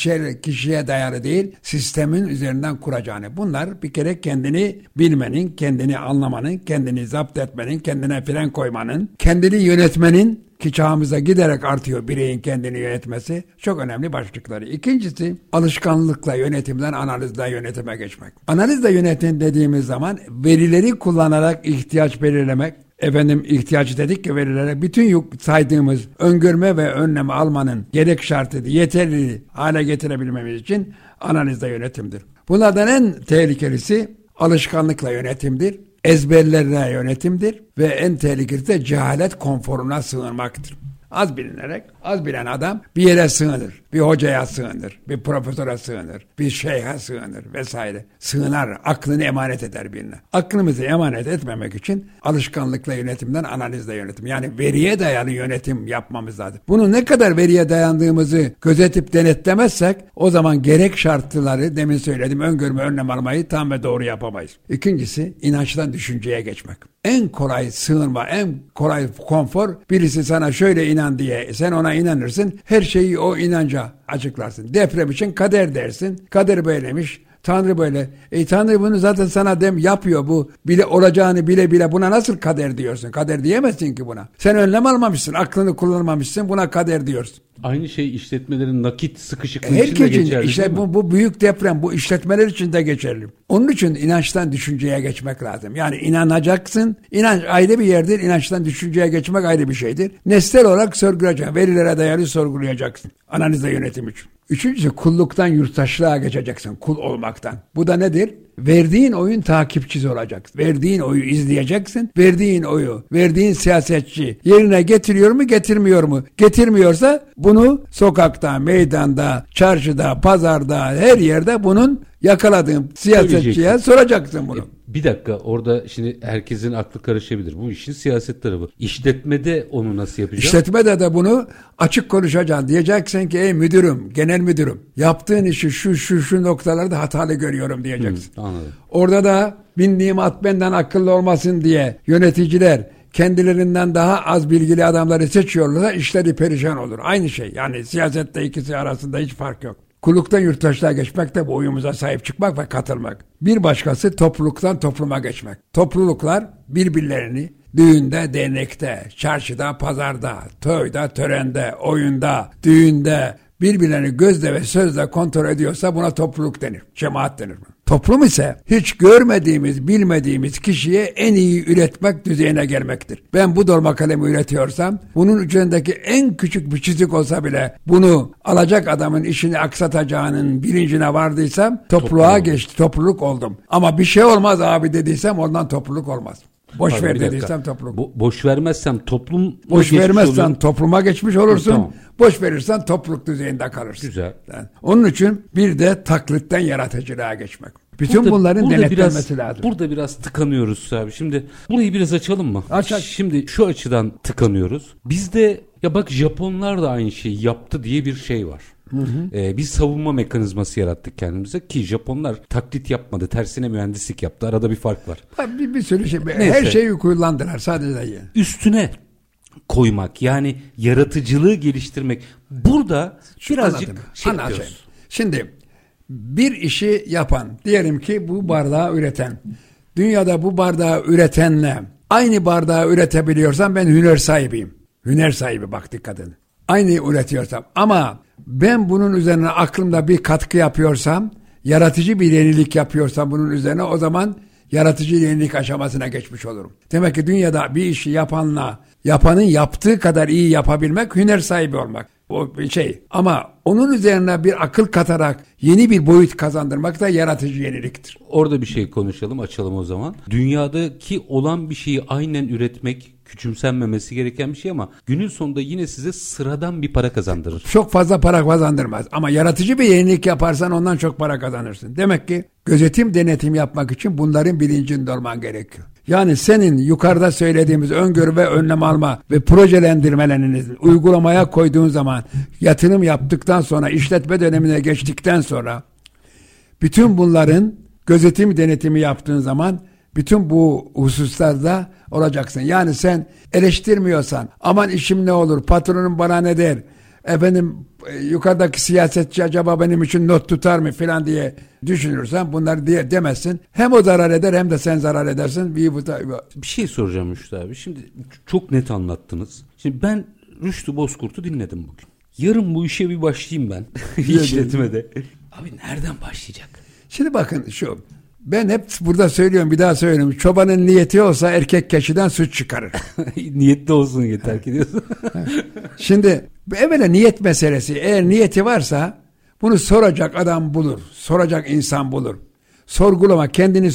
Kişiye dayalı değil, sistemin üzerinden kuracağını. Bunlar bir kere kendini bilmenin, kendini anlamanın, kendini zapt etmenin, kendine fren koymanın, kendini yönetmenin, ki çağımıza giderek artıyor bireyin kendini yönetmesi, çok önemli başlıkları. İkincisi, alışkanlıkla yönetimden analizle yönetime geçmek. Analizle yönetim dediğimiz zaman verileri kullanarak ihtiyaç belirlemek, ihtiyaç dedik ki verilere bütün saydığımız öngörme ve önlem almanın gerek şartı yeterli hale getirebilmemiz için analizle yönetimdir. Bunlardan en tehlikelisi alışkanlıkla yönetimdir, ezberlerle yönetimdir ve en tehlikelisi de cehalet konforuna sığınmaktır. Az bilen adam bir yere sığınır. Bir hocaya sığınır, bir profesöre sığınır, bir şeyhe sığınır vesaire. Sığınar, aklını emanet eder birine. Aklımızı emanet etmemek için alışkanlıkla yönetimden analizle yönetim. Yani veriye dayalı yönetim yapmamız lazım. Bunu ne kadar veriye dayandığımızı gözetip denetlemezsek o zaman gerek şartları demin söyledim öngörme önlem almayı tam ve doğru yapamayız. İkincisi inançtan düşünceye geçmek. En kolay sığınma, en kolay konfor birisi sana şöyle inan diye sen ona inanırsın. Her şeyi o inanca açıklarsın. Deprem için kader dersin. Kader böylemiş. Tanrı böyle. Tanrı bunu zaten sana yapıyor bu. Bile olacağını bile buna nasıl kader diyorsun? Kader diyemezsin ki buna. Sen önlem almamışsın. Aklını kullanmamışsın. Buna kader diyorsun. Aynı şey işletmelerin nakit sıkışıklığı için de geçerli. İşte bu büyük deprem bu işletmeler için de geçerli. Onun için inançtan düşünceye geçmek lazım. Yani inanacaksın. İnanç ayrı bir yerdir. İnançtan düşünceye geçmek ayrı bir şeydir. Nesnel olarak sorgulayacaksın. Verilere dayalı sorgulayacaksın. Analizle yönetim için. Üçüncüsü kulluktan yurttaşlığa geçeceksin. Kul olmaktan. Bu da nedir? Verdiğin oyun takipçisi olacaksın. Verdiğin oyu izleyeceksin. Verdiğin siyasetçi yerine getiriyor mu, getirmiyor mu? Getirmiyorsa bunu sokakta, meydanda, çarşıda, pazarda, her yerde bunun yakaladığın siyasetçiye soracaksın bunu. Bir dakika, orada şimdi herkesin aklı karışabilir. Bu işin siyaset tarafı. İşletmede onu nasıl yapacağız? İşletmede de bunu açık konuşacaksın. Diyeceksin ki ey müdürüm, genel müdürüm, yaptığın işi şu noktalarda hatalı görüyorum diyeceksin. Anladım. Orada da bindiğim at benden akıllı olmasın diye yöneticiler kendilerinden daha az bilgili adamları seçiyorlar, işleri perişan olur. Aynı şey. Yani siyasette ikisi arasında hiç fark yok. Kulluktan yurttaşlığa geçmek de bu oyumuza sahip çıkmak ve katılmak. Bir başkası topluluktan topluma geçmek. Topluluklar birbirlerini düğünde, dernekte, çarşıda, pazarda, toyda, törende, oyunda, düğünde birbirlerini gözle ve sözle kontrol ediyorsa buna topluluk denir. Cemaat denir. Toplum ise hiç görmediğimiz, bilmediğimiz kişiye en iyi üretmek düzeyine gelmektir. Ben bu dolma kalemi üretiyorsam, bunun üzerindeki en küçük bir çizik olsa bile bunu alacak adamın işini aksatacağının bilincine vardıysam topluluğa geçti, topluluk oldum. Ama bir şey olmaz abi dediysem ondan topluluk olmaz. Boş ver dediysem topluluk. Boş vermezsem toplum... Boş vermezsen topluma geçmiş olursun. Tamam. Boş verirsen topluluk düzeyinde kalırsın. Güzel. Yani onun için bir de taklitten yaratıcılığa geçmek. Bütün bunların denetlenmesi lazım. Burada biraz tıkanıyoruz abi. Şimdi burayı biraz açalım mı? Aç. Şimdi şu açıdan tıkanıyoruz. Bizde ya bak Japonlar da aynı şeyi yaptı diye bir şey var. Biz savunma mekanizması yarattık kendimize ki Japonlar taklit yapmadı, tersine mühendislik yaptı. Arada bir fark var. Bir sürü şey. Her şeyi kullandılar sadece. Üstüne koymak, yani yaratıcılığı geliştirmek. Burada birazcık yapıyoruz. Şimdi bir işi yapan, diyelim ki bu bardağı üreten, dünyada bu bardağı üretenle aynı bardağı üretebiliyorsam ben hüner sahibiyim. Hüner sahibi, bak dikkat edin. Aynı üretiyorsam ama ben bunun üzerine aklımda bir katkı yapıyorsam, yaratıcı bir yenilik yapıyorsam bunun üzerine, o zaman yaratıcı yenilik aşamasına geçmiş olurum. Demek ki dünyada bir işi yapanın yaptığı kadar iyi yapabilmek hüner sahibi olmak. O bir şey. Ama onun üzerine bir akıl katarak yeni bir boyut kazandırmak da yaratıcı yeniliktir. Orada bir şey konuşalım, açalım o zaman. Dünyadaki olan bir şeyi aynen üretmek küçümsenmemesi gereken bir şey ama günün sonunda yine size sıradan bir para kazandırır. Çok fazla para kazandırmaz ama yaratıcı bir yenilik yaparsan ondan çok para kazanırsın. Demek ki gözetim, denetim yapmak için bunların bilincinde olman gerekiyor. Yani senin yukarıda söylediğimiz öngörü ve önlem alma ve projelendirmelerini uygulamaya koyduğun zaman, yatırım yaptıktan sonra, işletme dönemine geçtikten sonra, bütün bunların gözetim, denetimi yaptığın zaman bütün bu hususlarda olacaksın. Yani sen eleştirmiyorsan, aman işim ne olur, patronum bana ne der, efendim yukarıdaki siyasetçi acaba benim için not tutar mı filan diye düşünürsen bunları demezsin. Hem o zarar eder hem de sen zarar edersin. Bir şey soracağım Rüştü abi. Şimdi çok net anlattınız. Şimdi ben Rüştü Bozkurt'u dinledim bugün. Yarın bu işe bir başlayayım ben. İşletmede. Abi nereden başlayacak? Şimdi bakın ben hep burada söylüyorum, bir daha söylüyorum. Çobanın niyeti olsa erkek keçiden süt çıkarır. Niyetli olsun yeter ki diyorsun. Şimdi evvela niyet meselesi. Eğer niyeti varsa bunu soracak adam bulur. Soracak insan bulur. Kendini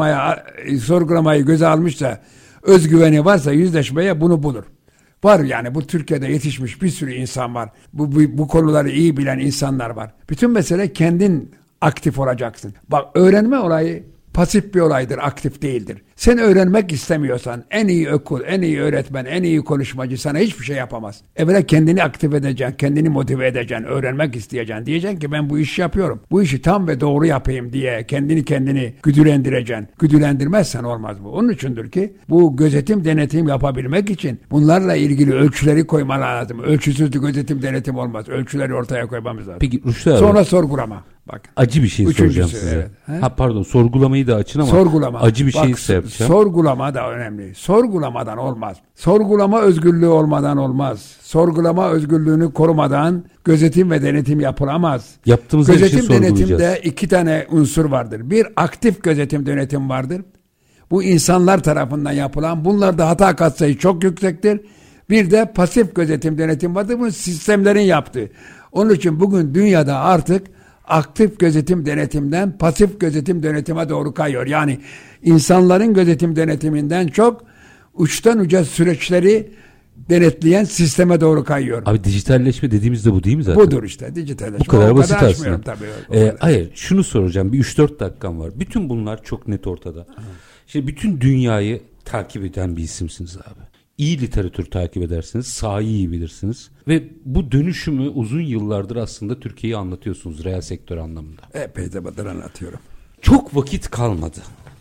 sorgulamayı göze almışsa, özgüveni varsa yüzleşmeye bunu bulur. Var yani, bu Türkiye'de yetişmiş bir sürü insan var. Bu konuları iyi bilen insanlar var. Bütün mesele kendin aktif olacaksın. Bak, öğrenme olayı pasif bir olaydır, aktif değildir. Sen öğrenmek istemiyorsan en iyi okul, en iyi öğretmen, en iyi konuşmacı sana hiçbir şey yapamaz. Evvela kendini aktif edeceksin, kendini motive edeceksin, öğrenmek isteyeceksin. Diyeceksin ki ben bu işi yapıyorum. Bu işi tam ve doğru yapayım diye kendini güdülendireceksin. Güdülendirmezsen olmaz bu. Onun içindir ki bu gözetim, denetim yapabilmek için bunlarla ilgili ölçüleri koyman lazım. Ölçüsüz gözetim, denetim olmaz. Ölçüleri ortaya koymamız lazım. Peki Rüştü abi. Sonra sorgulama. Bak. Acı bir şey soracağım size. Evet. Pardon, sorgulamayı da açın ama acı bir şey ise yapacağım. Sorgulama da önemli. Sorgulamadan olmaz. Sorgulama özgürlüğü olmadan olmaz. Sorgulama özgürlüğünü korumadan gözetim ve denetim yapılamaz. Yaptığımız her şeyi sorgulayacağız. Gözetim denetimde 2 tane unsur vardır. Bir, aktif gözetim denetim vardır. Bu insanlar tarafından yapılan. Bunlarda hata katsayı çok yüksektir. Bir de pasif gözetim denetim vardır. Bu sistemlerin yaptığı. Onun için bugün dünyada artık aktif gözetim denetimden pasif gözetim denetime doğru kayıyor. Yani insanların gözetim denetiminden çok uçtan uca süreçleri denetleyen sisteme doğru kayıyor. Abi dijitalleşme dediğimiz de bu değil mi zaten? Budur işte dijitalleşme. Bu kadar basit aslında. Tabii, hayır, şunu soracağım. Bir 3-4 dakikam var. Bütün bunlar çok net ortada. Şimdi bütün dünyayı takip eden bir isimsiniz abi. İyi literatür takip edersiniz, sahayı iyi bilirsiniz ve bu dönüşümü uzun yıllardır aslında Türkiye'yi anlatıyorsunuz reel sektör anlamında. Epey de badır anlatıyorum. Çok vakit kalmadı.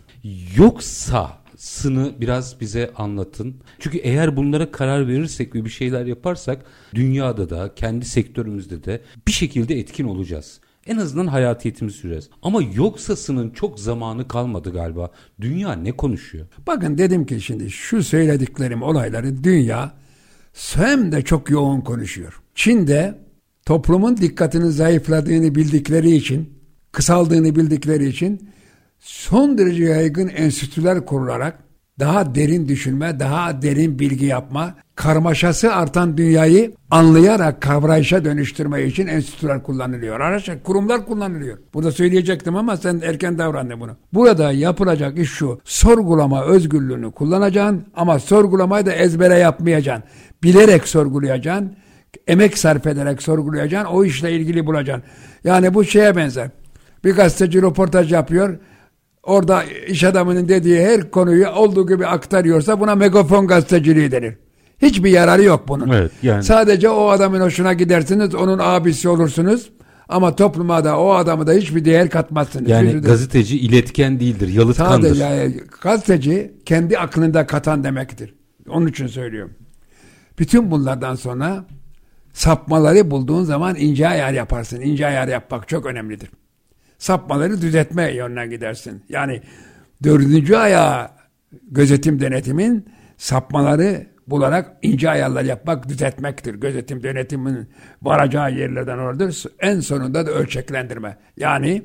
Yoksa'sını biraz bize anlatın. Çünkü eğer bunlara karar verirsek ve bir şeyler yaparsak dünyada da kendi sektörümüzde de bir şekilde etkin olacağız. En azından hayatiyetimizi süreceğiz. Ama yoksasının çok zamanı kalmadı galiba. Dünya ne konuşuyor? Bakın dedim ki şimdi şu söylediklerim olayları dünya hem de çok yoğun konuşuyor. Çin'de toplumun dikkatinin zayıfladığını bildikleri için, kısaldığını bildikleri için son derece yaygın enstitüler kurularak daha derin düşünme, daha derin bilgi yapma, karmaşası artan dünyayı anlayarak kavrayışa dönüştürme için enstitüler kullanılıyor. Araçlar, kurumlar kullanılıyor. Burada söyleyecektim ama sen erken davrandın bunu. Burada yapılacak iş şu: sorgulama özgürlüğünü kullanacaksın ama sorgulamayı da ezbere yapmayacaksın. Bilerek sorgulayacaksın, emek sarf ederek sorgulayacaksın, o işle ilgili bulacaksın. Yani bu şeye benzer. Bir gazeteci röportaj yapıyor. Orada iş adamının dediği her konuyu olduğu gibi aktarıyorsa buna megafon gazeteciliği denir. Hiçbir yararı yok bunun. Evet, yani. Sadece o adamın hoşuna gidersiniz, onun abisi olursunuz. Ama topluma da o adamı da hiçbir değer katmazsınız. Yani gazeteci iletken değildir, yalıtkandır. Sadece yani, gazeteci kendi aklında katan demektir. Onun için söylüyorum. Bütün bunlardan sonra sapmaları bulduğun zaman ince ayar yaparsın. İnce ayar yapmak çok önemlidir. Sapmaları düzeltme yönüne gidersin. Yani 4. ayağı gözetim denetimin sapmaları bularak ince ayarlar yapmak, düzeltmektir. Gözetim denetimin varacağı yerlerden oradır. En sonunda da ölçeklendirme. Yani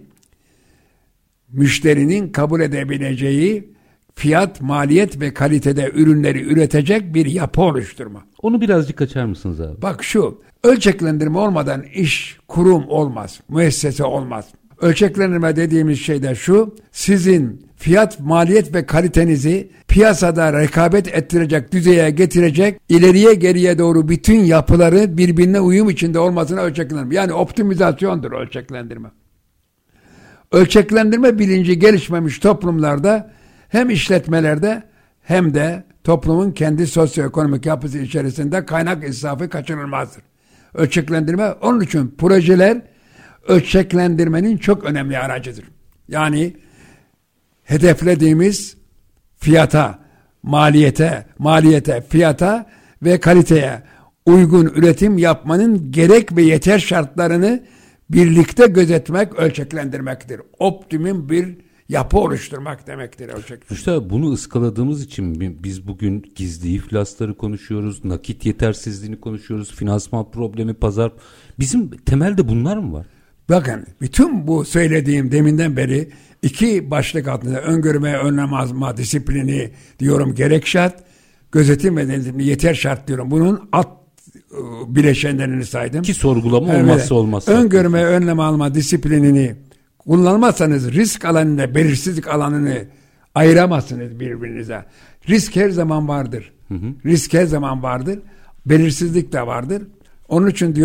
müşterinin kabul edebileceği fiyat, maliyet ve kalitede ürünleri üretecek bir yapı oluşturma. Onu birazcık açar mısınız abi? Bak şu, ölçeklendirme olmadan iş, kurum olmaz, müessese olmaz. Ölçeklendirme dediğimiz şey de şu: sizin fiyat, maliyet ve kalitenizi piyasada rekabet ettirecek düzeye getirecek, ileriye geriye doğru bütün yapıları birbirine uyum içinde olmasına ölçeklendirme. Yani optimizasyondur ölçeklendirme. Ölçeklendirme bilinci gelişmemiş toplumlarda hem işletmelerde hem de toplumun kendi sosyoekonomik yapısı içerisinde kaynak israfı kaçınılmazdır. Ölçeklendirme, onun için projeler ölçeklendirmenin çok önemli aracıdır. Yani hedeflediğimiz fiyata, maliyete, fiyata ve kaliteye uygun üretim yapmanın gerek ve yeter şartlarını birlikte gözetmek ölçeklendirmektir. Optimum bir yapı oluşturmak demektir ölçeklendirme. İşte bunu ıskaladığımız için biz bugün gizli iflasları konuşuyoruz, nakit yetersizliğini konuşuyoruz, finansman problemi, pazar. Bizim temelde bunlar mı var? Bakın, bütün bu söylediğim deminden beri 2 başlık altında öngörme, önlem alma, disiplini diyorum gerek şart, gözetim ve denetimi yeter şart diyorum. Bunun alt bileşenlerini saydım. Ki sorgulama olmazsa olmaz. Öngörme, önlem alma, disiplinini kullanmazsanız risk alanıyla belirsizlik alanını ayıramazsınız birbirinize. Risk her zaman vardır. Risk her zaman vardır. Belirsizlik de vardır. Onun için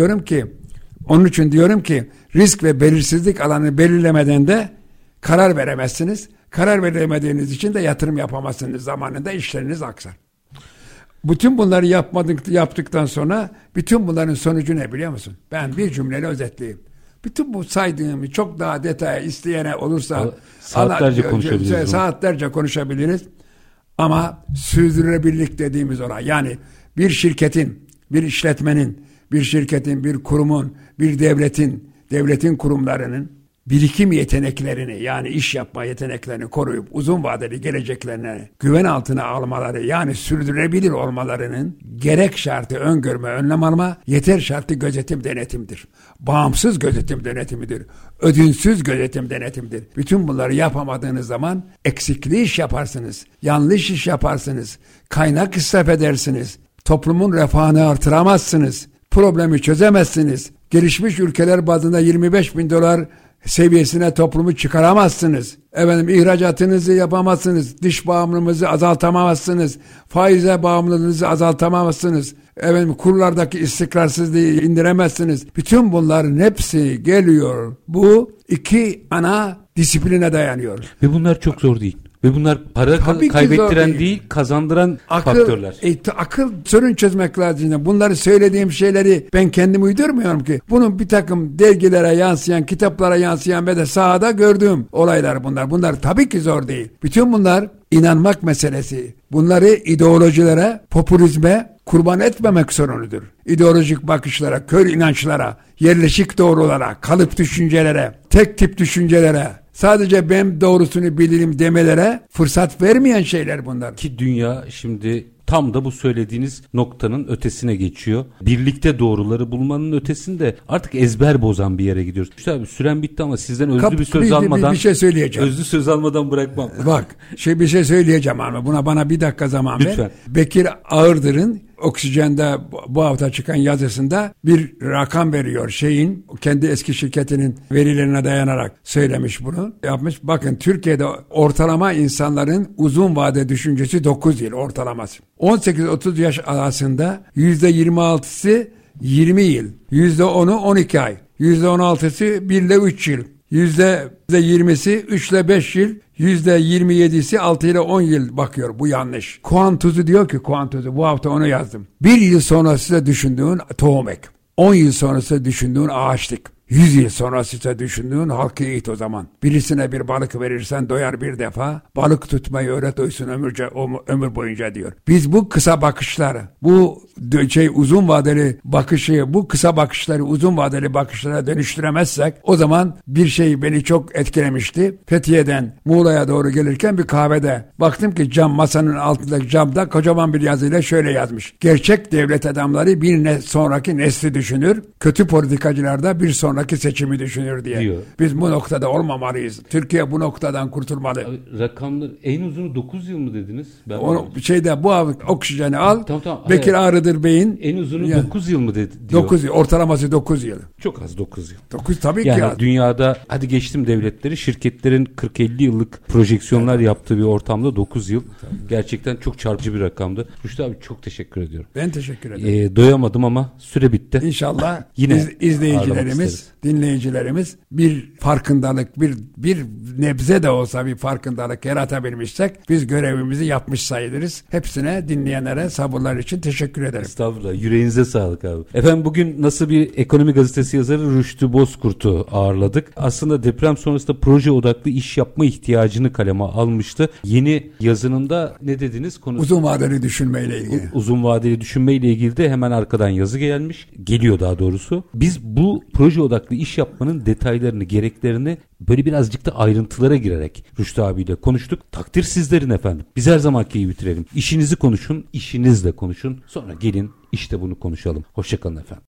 diyorum ki risk ve belirsizlik alanını belirlemeden de karar veremezsiniz. Karar veremediğiniz için de yatırım yapamazsınız. Zamanında işleriniz aksar. Bütün bunları yaptıktan sonra bütün bunların sonucu ne biliyor musun? Ben bir cümleyle özetleyeyim. Bütün bu saydığımı çok daha detaya isteyene olursa saatlerce konuşabiliriz. Ama sürdürülebilirlik dediğimiz olay, yani bir şirketin, bir işletmenin, bir şirketin, bir kurumun, bir devletin kurumlarının birikim yeteneklerini, yani iş yapma yeteneklerini koruyup uzun vadeli geleceklerine güven altına almaları, yani sürdürülebilir olmalarının gerek şartı öngörme, önlem alma, yeter şartı gözetim denetimdir. Bağımsız gözetim denetimidir. Ödünsüz gözetim denetimdir. Bütün bunları yapamadığınız zaman eksikli iş yaparsınız, yanlış iş yaparsınız, kaynak israf edersiniz, toplumun refahını artıramazsınız, problemi çözemezsiniz. Gelişmiş ülkeler bazında 25 bin dolar seviyesine toplumu çıkaramazsınız. İhracatınızı yapamazsınız. Dış bağımlılığınızı azaltamazsınız. Faize bağımlılığınızı azaltamazsınız. Kurlardaki istikrarsızlığı indiremezsiniz. Bütün bunların hepsi geliyor. Bu 2 ana disipline dayanıyor. Ve bunlar çok zor değil. Ve bunlar para kaybettiren değil, kazandıran faktörler. Akıl sorun çözmek lazım. Bunları söylediğim şeyleri ben kendim uydurmuyorum ki. Bunun bir takım dergilere yansıyan, kitaplara yansıyan ve de sahada gördüğüm olaylar bunlar. Bunlar tabii ki zor değil. Bütün bunlar inanmak meselesi. Bunları ideolojilere, popülizme kurban etmemek sorunudur. İdeolojik bakışlara, kör inançlara, yerleşik doğrulara, kalıp düşüncelere, tek tip düşüncelere, sadece ben doğrusunu bilirim demelere fırsat vermeyen şeyler bunlar. Ki dünya şimdi tam da bu söylediğiniz noktanın ötesine geçiyor. Birlikte doğruları bulmanın ötesinde artık ezber bozan bir yere gidiyoruz. İşte abi süren bitti ama sizden özlü bir söz almadan bir şey söyleyeceğim. Özlü söz almadan bırakmam. Bak bir şey söyleyeceğim ama bana bir dakika zaman Lütfen. ver. Bekir Ağırdır'ın Oksijen'de bu hafta çıkan yazısında bir rakam veriyor. Kendi eski şirketinin verilerine dayanarak söylemiş bunu. Yapmış. Bakın Türkiye'de ortalama insanların uzun vade düşüncesi 9 yıl ortalaması. 18-30 yaş arasında %26'sı 20 yıl. %10'u 12 ay. %16'sı 1 ile 3 yıl. %20'si 3 ile 5 yıl. %27'si 6 ile 10 yıl bakıyor. Bu yanlış. Kuantuzu diyor ki bu hafta onu yazdım. 1 yıl sonra size düşündüğün tohum ek. 10 yıl sonra size düşündüğün ağaçlık. 100 yıl sonra size düşündüğün halkı eğit o zaman. Birisine bir balık verirsen doyar bir defa. Balık tutmayı öğret doysun ömür boyunca diyor. Biz bu kısa bakışları, bu uzun vadeli bakışı, bu kısa bakışları uzun vadeli bakışlara dönüştüremezsek o zaman bir şey beni çok etkilemişti. Fethiye'den Muğla'ya doğru gelirken bir kahvede baktım ki masanın altındaki camda kocaman bir yazıyla şöyle yazmış. Gerçek devlet adamları bir sonraki nesli düşünür. Kötü politikacılar da bir sonraki seçimi düşünür diye. Diyor. Biz bu noktada olmamalıyız. Türkiye bu noktadan kurtulmalı. Abi, rakamlar en uzunu 9 yıl mı dediniz? Bu Oksijeni al. Tamam. Bekir Ağrıdır Bey'in en uzunu 9 yıl mı diyor. 9 yıl. Ortalaması 9 yıl. Çok az 9 yıl. 9 tabii yani ki az. Dünyada hadi geçtim devletleri, şirketlerin 40-50 yıllık projeksiyonlar yaptığı bir ortamda 9 yıl. Gerçekten çok çarpıcı bir rakamdı. Rüştü abi çok teşekkür ediyorum. Ben teşekkür ederim. Doyamadım ama süre bitti. İnşallah yine izleyicilerimiz, dinleyicilerimiz bir farkındalık, bir nebze de olsa bir farkındalık yaratabilmişsek biz görevimizi yapmış sayılırız. Hepsine, dinleyenlere sabırlar için teşekkür ederim. Estağfurullah. Yüreğinize sağlık abi. Efendim bugün nasıl bir ekonomi gazetesi yazarı Rüştü Bozkurt'u ağırladık. Aslında deprem sonrasında proje odaklı iş yapma ihtiyacını kaleme almıştı. Yeni yazınında ne dediniz? Uzun vadeli düşünmeyle ilgili. Uzun vadeli düşünmeyle ilgili de hemen arkadan yazı geliyor daha doğrusu. Biz bu proje odaklı iş yapmanın detaylarını, gereklerini böyle birazcık da ayrıntılara girerek Rüştü abiyle konuştuk. Takdir sizlerin efendim. Biz her zamanki gibi bitirelim. İşinizi konuşun, işinizle konuşun. Sonra gelin işte bunu konuşalım. Hoşça kalın efendim.